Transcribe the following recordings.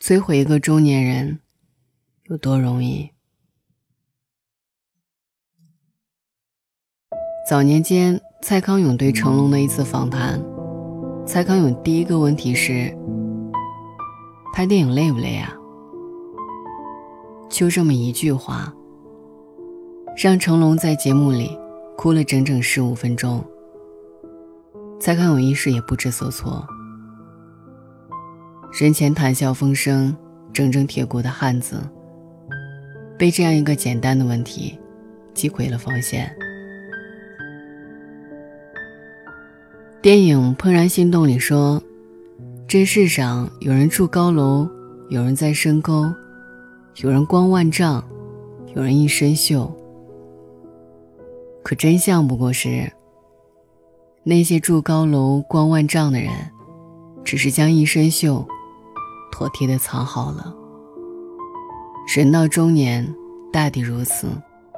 摧毁一个中年人有多容易？早年间，蔡康永对成龙的一次访谈，蔡康永第一个问题是：拍电影累不累啊？就这么一句话，让成龙在节目里哭了整整15分钟。蔡康永一时也不知所措。人前谈笑风生、铮铮铁骨的汉子，被这样一个简单的问题击溃了防线。电影《怦然心动》里说，这世上有人住高楼，有人在深沟，有人光万丈，有人一身锈。可真相不过是，那些住高楼光万丈的人，只是将一身锈妥帖地藏好了。人到中年大抵如此。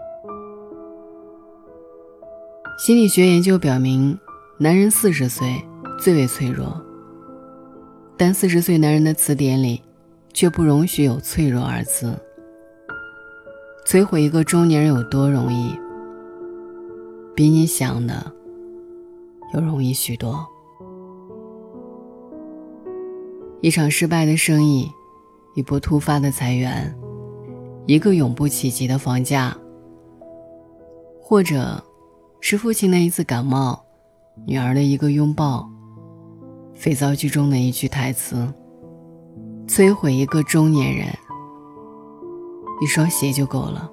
心理学研究表明，男人40岁最为脆弱，但40岁男人的词典里却不容许有脆弱二字。摧毁一个中年人有多容易？比你想的又容易许多。一场失败的生意，一波突发的裁员，一个永不企及的房价，或者是父亲的一次感冒，女儿的一个拥抱，肥皂剧中的一句台词，摧毁一个中年人，一双鞋就够了。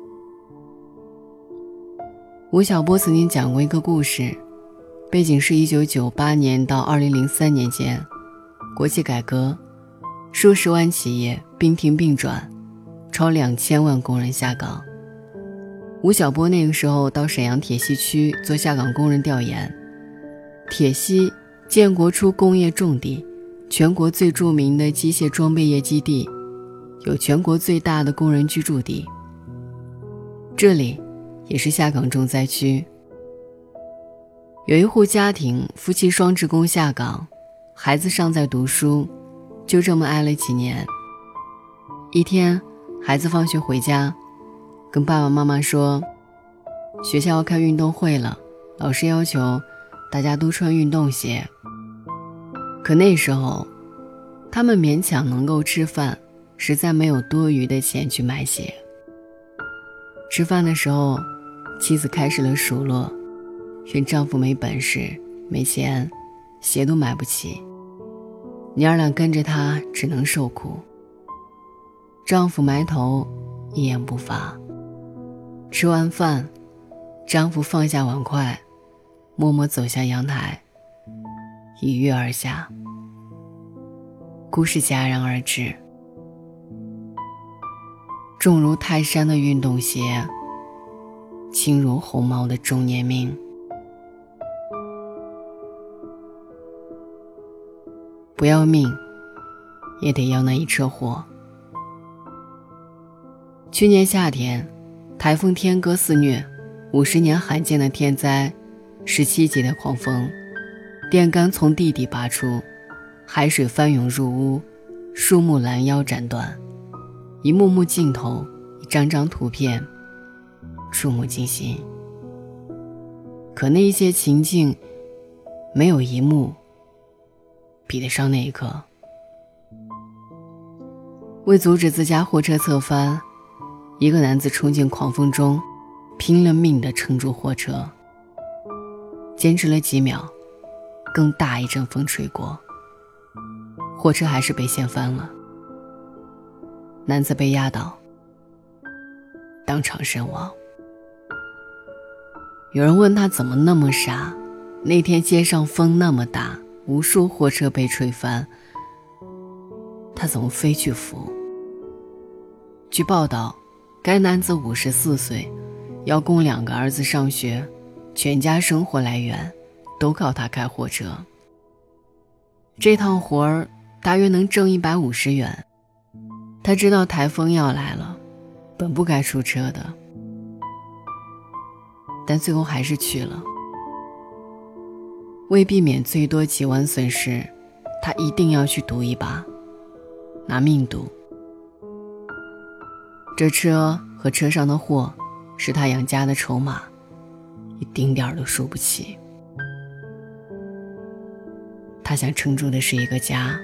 吴晓波曾经讲过一个故事，背景是1998年到2003年间，国企改革，数十万企业并停并转，超2000万工人下岗。吴晓波那个时候到沈阳铁西区做下岗工人调研。铁西，建国初工业重地，全国最著名的机械装备业基地，有全国最大的工人居住地。这里也是下岗重灾区。有一户家庭，夫妻双职工下岗，孩子尚在读书，就这么挨了几年。一天，孩子放学回家，跟爸爸妈妈说，学校要开运动会了，老师要求大家都穿运动鞋。可那时候他们勉强能够吃饭，实在没有多余的钱去买鞋。吃饭的时候，妻子开始了数落，怨丈夫没本事没钱，鞋都买不起，娘儿俩跟着他只能受苦。丈夫埋头一言不发。吃完饭，丈夫放下碗筷，默默走向阳台，一跃而下。故事戛然而止。重如泰山的运动鞋，轻如鸿毛的中年命。不要命也得要那一车货。去年夏天，台风天鸽肆虐，50年罕见的天灾，17级的狂风，电杆从地底拔出，海水翻涌入屋，树木拦腰斩断，一幕幕镜头，一张张图片，触目惊心。可那些情境，没有一幕比得上那一刻。为阻止自家货车侧翻，一个男子冲进狂风中，拼了命地撑住货车。坚持了几秒，更大一阵风吹过，货车还是被掀翻了，男子被压倒，当场身亡。有人问他怎么那么傻，那天街上风那么大，无数货车被吹翻，他怎么非去扶？据报道，该男子54岁，要供2个儿子上学，全家生活来源都靠他开货车。这趟活儿大约能挣150元。他知道台风要来了，本不该出车的，但最后还是去了。为避免最多几万损失，他一定要去赌一把。 拿命赌。这车和车上的货是他养家的筹码，一丁点儿都输不起。他想撑住的是一个家，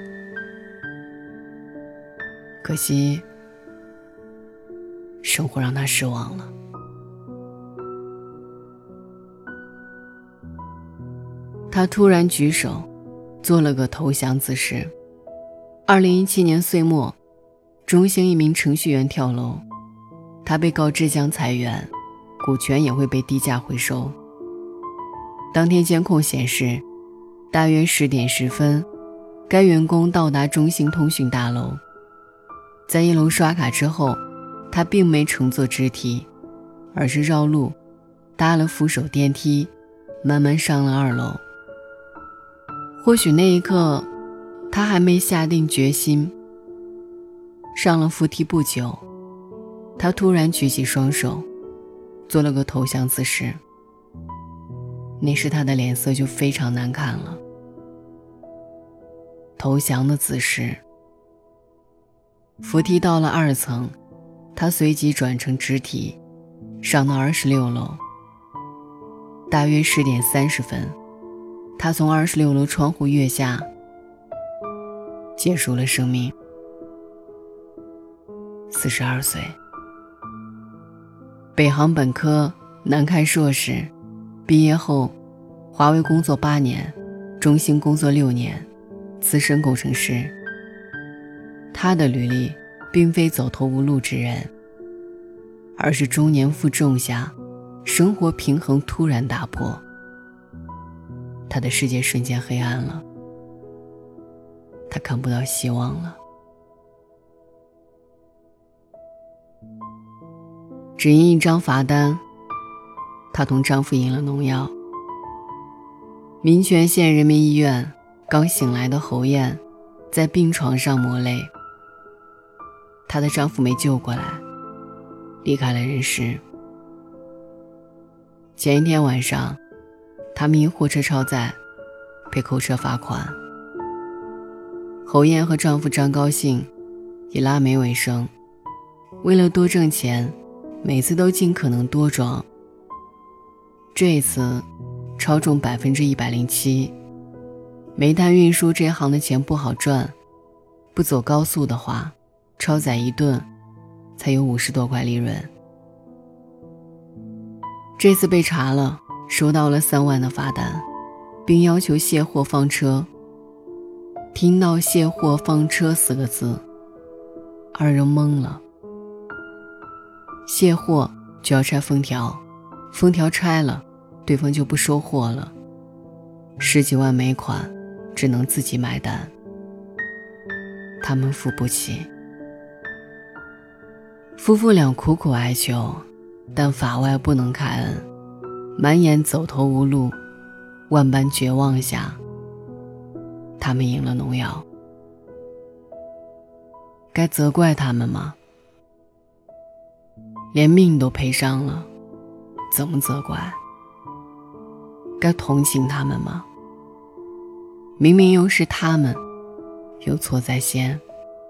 可惜生活让他失望了。他突然举手做了个投降姿势。2017年岁末，中兴一名程序员跳楼，他被告知将裁员，股权也会被低价回收。当天监控显示，大约10点10分，该员工到达中兴通讯大楼。在1楼刷卡之后，他并没乘坐直梯，而是绕路，搭了扶手电梯，慢慢上了2楼。或许那一刻，他还没下定决心。上了扶梯不久，他突然举起双手，做了个投降姿势。那时他的脸色就非常难看了。投降的姿势。扶梯到了2层，他随即转成直梯，上到26楼。大约10点30分，他从26楼窗户跃下，结束了生命。42岁，北航本科，南开硕士，毕业后华为工作8年，中兴工作6年，资深工程师。他的履历并非走投无路之人，而是中年负重下，生活平衡突然打破，他的世界瞬间黑暗了，他看不到希望了。只因一张罚单，她同丈夫饮了农药。民权县人民医院刚醒来的侯艳在病床上抹泪，她的丈夫没救过来，离开了人世。前一天晚上，他们因货车超载被扣车罚款。侯艳和丈夫张高兴以拉煤为生，为了多挣钱，每次都尽可能多装。这一次超重107%。煤炭运输这行的钱不好赚，不走高速的话，超载一顿才有50多块利润。这次被查了，收到了3万的罚单，并要求卸货放车。听到卸货放车4个字，二人懵了。卸货就要拆封条，封条拆了，对方就不收货了，10几万煤款只能自己买单，他们付不起。夫妇俩苦苦哀求，但法外不能开恩，满眼走投无路，万般绝望下，他们饮了农药。该责怪他们吗？连命都赔上了，怎么责怪？该同情他们吗？明明又是他们，有错在先。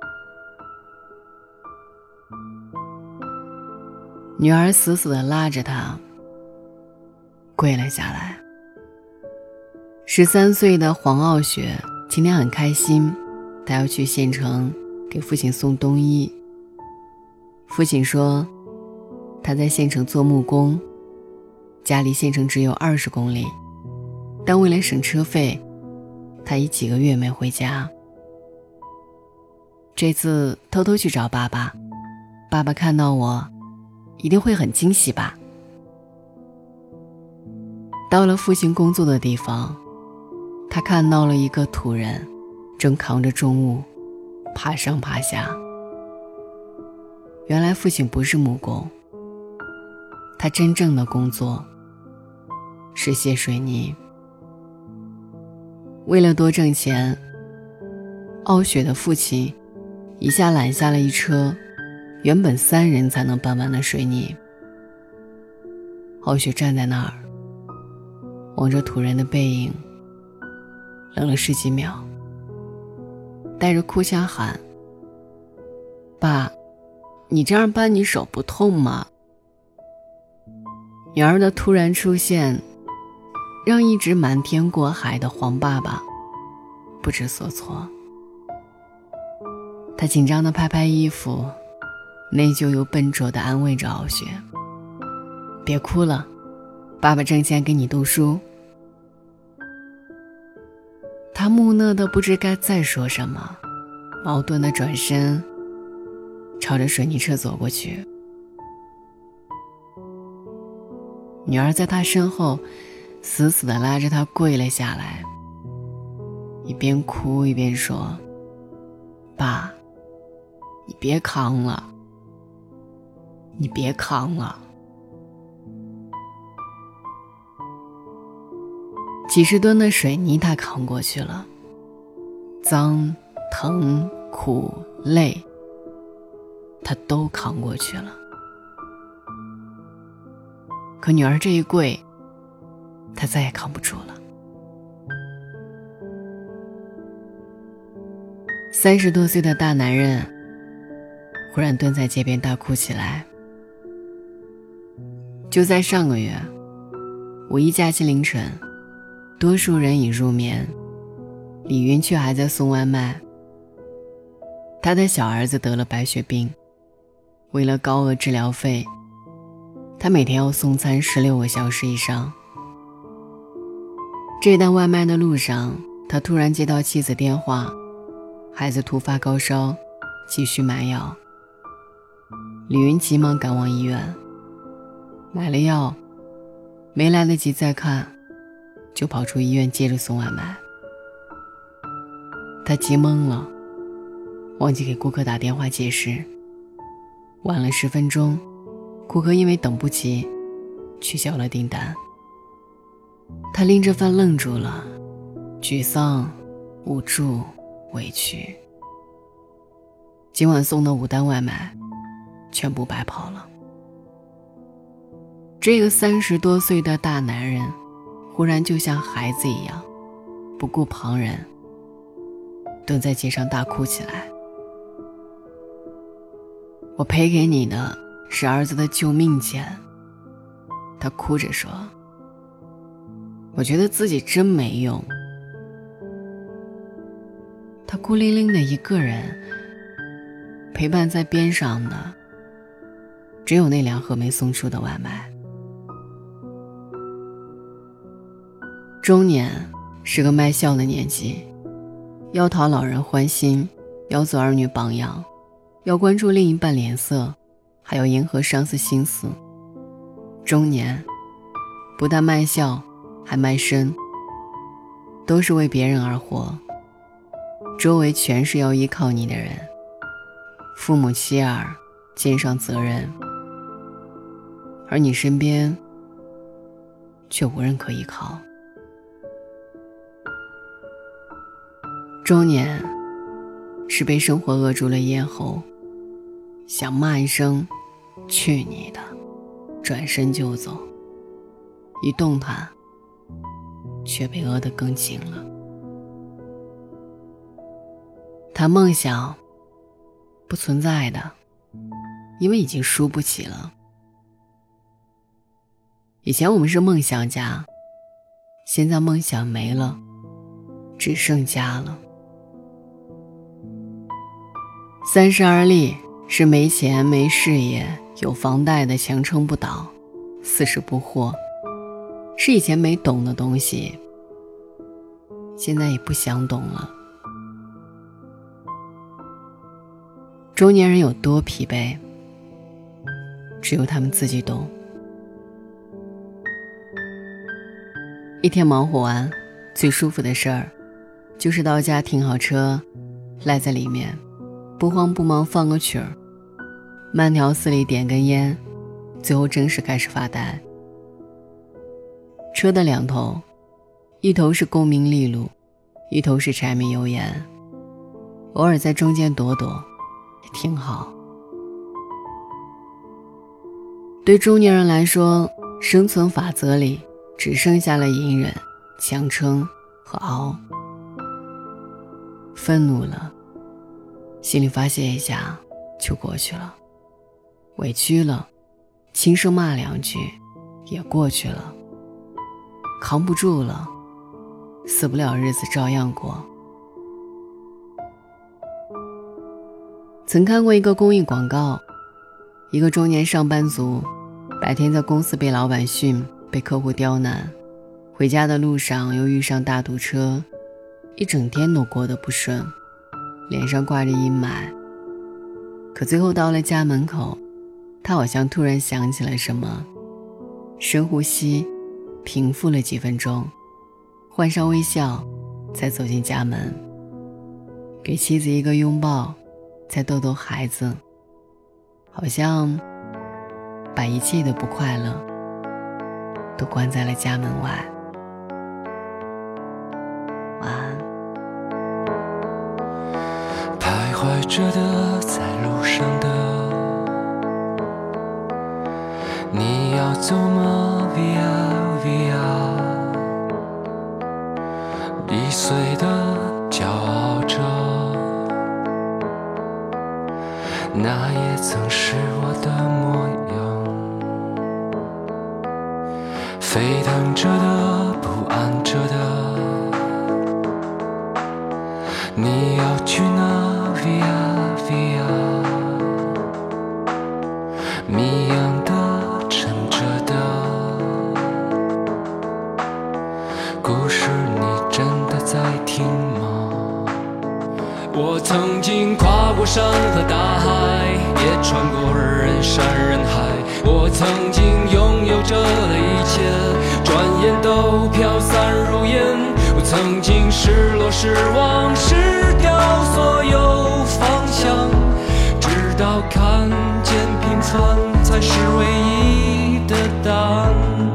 女儿死死地拉着他，跪了下来。13岁的黄傲雪今天很开心，她要去县城给父亲送冬衣。父亲说他在县城做木工，家离县城只有20公里，但为了省车费，他已几个月没回家。这次偷偷去找爸爸，爸爸看到我一定会很惊喜吧。到了父亲工作的地方，他看到了一个土人正扛着重物爬上爬下。原来父亲不是木工，他真正的工作是卸水泥。为了多挣钱，傲雪的父亲一下揽下了一车原本3人才能搬完的水泥。傲雪站在那儿，望着土人的背影，愣了10几秒，带着哭腔喊： 爸，你这样扳你手不痛吗？女儿的突然出现让一直瞒天过海的黄爸爸不知所措。他紧张地拍拍衣服，内疚又笨拙地安慰着傲雪：别哭了，爸爸挣钱给你读书。他木讷的不知该再说什么，矛盾的转身朝着水泥车走过去。女儿在他身后死死地拉着他跪了下来，一边哭一边说：爸，你别扛了，你别扛了。几十吨的水泥他扛过去了，脏、疼、苦、累，他都扛过去了。可女儿这一跪，他再也扛不住了。30多岁的大男人忽然蹲在街边大哭起来。就在上个月五一假期凌晨，多数人已入眠，李云却还在送外卖。他的小儿子得了白血病，为了高额治疗费，他每天要送餐16个小时以上。这单外卖的路上，他突然接到妻子电话，孩子突发高烧，急需买药。李云急忙赶往医院，买了药，没来得及再看，就跑出医院接着送外卖。他急懵了，忘记给顾客打电话解释，晚了10分钟，顾客因为等不及取消了订单。他拎着饭愣住了，沮丧、无助、委屈。今晚送的5单外卖全部白跑了。这个30多岁的大男人忽然就像孩子一样，不顾旁人，蹲在街上大哭起来。我赔给你的是儿子的救命钱，他哭着说。我觉得自己真没用。他孤零零的一个人，陪伴在边上的只有那2盒没送出的外卖。中年是个卖笑的年纪，要讨老人欢心，要做儿女榜样，要关注另一半脸色，还要迎合上司心思。中年不但卖笑，还卖身，都是为别人而活，周围全是要依靠你的人，父母妻儿，肩上责任，而你身边却无人可依靠。中年是被生活扼住了咽喉，想骂一声去你的，转身就走，一动弹却被扼得更紧了。谈梦想不存在的，因为已经输不起了。以前我们是梦想家，现在梦想没了，只剩家了。30而立是没钱没事业有房贷的强撑不倒，40不惑是以前没懂的东西，现在也不想懂了。中年人有多疲惫，只有他们自己懂。一天忙活完，最舒服的事儿就是到家停好车，赖在里面，不慌不忙放个曲儿，慢条斯理点根烟，最后正式开始发呆。车的2头，一头是功名利禄，一头是柴米油盐，偶尔在中间躲躲也挺好。对中年人来说，生存法则里只剩下了隐忍、强撑和熬。愤怒了，心里发泄一下， 就过去了，委屈了，轻声骂2句也过去了，扛不住了，死不了日子照样过。曾看过一个公益广告，一个中年上班族白天在公司被老板训，被客户刁难，回家的路上又遇上大堵车，一整天都过得不顺，脸上挂着阴霾。可最后到了家门口，他好像突然想起了什么，深呼吸，平复了几分钟，换上微笑，再走进家门，给妻子一个拥抱，再逗逗孩子，好像把一切的不快乐都关在了家门外。晚安。 徘徊着的，在路上的，你要走吗 ？Via Via， 易碎的骄傲着，那也曾是我的模样。沸腾着的，不安着的，你要去哪 ？Via Via， 谜样的，沉着的，故事你真的在听吗？我曾经跨过山和大海，也穿过人山人海。我曾经拥有着的一切，转眼都飘散如烟。我曾经失落失望失掉所有方向，直到看见平凡才是唯一的答案。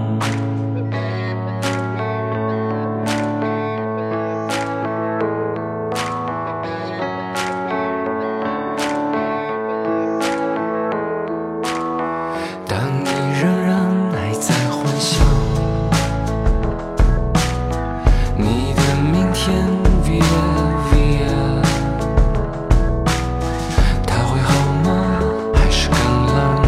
当你仍然还在幻想你的明天 Via Via， 它会好吗？还是更冷？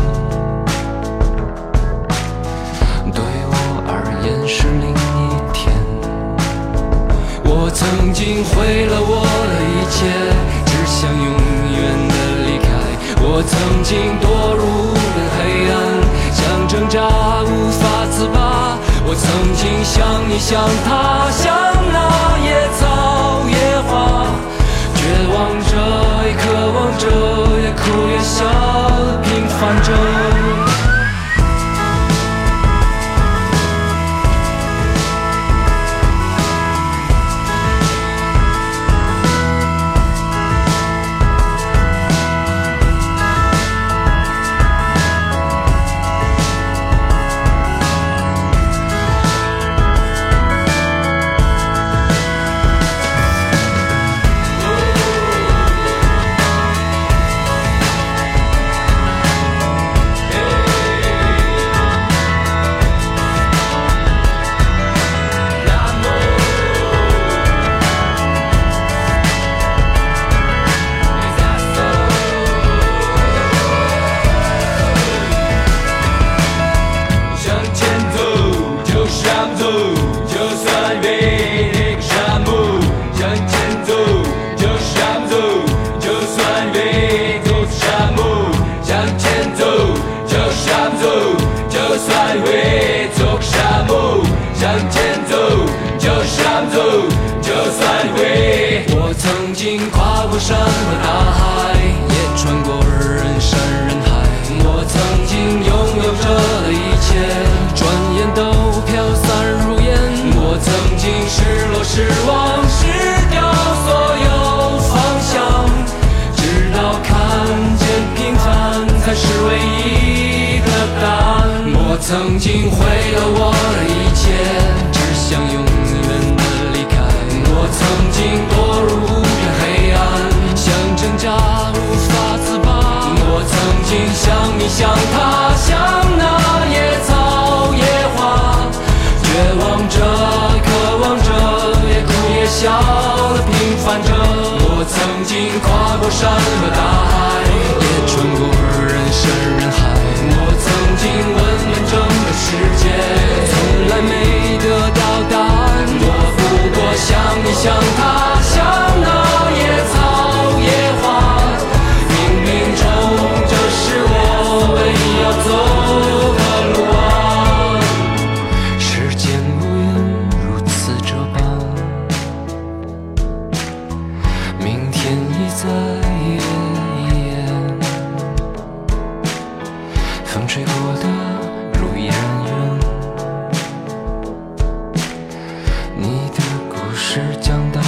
对我而言是另一天。我曾经毁了我的一切，只想永远的离开。我曾经堕入黑暗，想挣扎无法自拔。我曾经像你像他，像那野草野花，绝望着也渴望着，也哭也笑地平凡着。我曾经跨过山和大海，也穿过人山人海。我曾经拥有着的一切，转眼都飘散如烟。我曾经失落失望失掉所有方向，直到看见平凡才是唯一的答案。我曾经毁了我的一切，只想永远的离开。我曾经堕入黑暗，想挣扎无法自拔。我曾经像你像他，像那野草野花，绝望着渴望着，也哭也笑地平凡着。我曾经跨过山和大海，也像他，像那野草野花，冥冥中这是我唯一要走的路啊。时间无言如此这般，明天已在眼前，风吹过的路依然远，你的故事讲到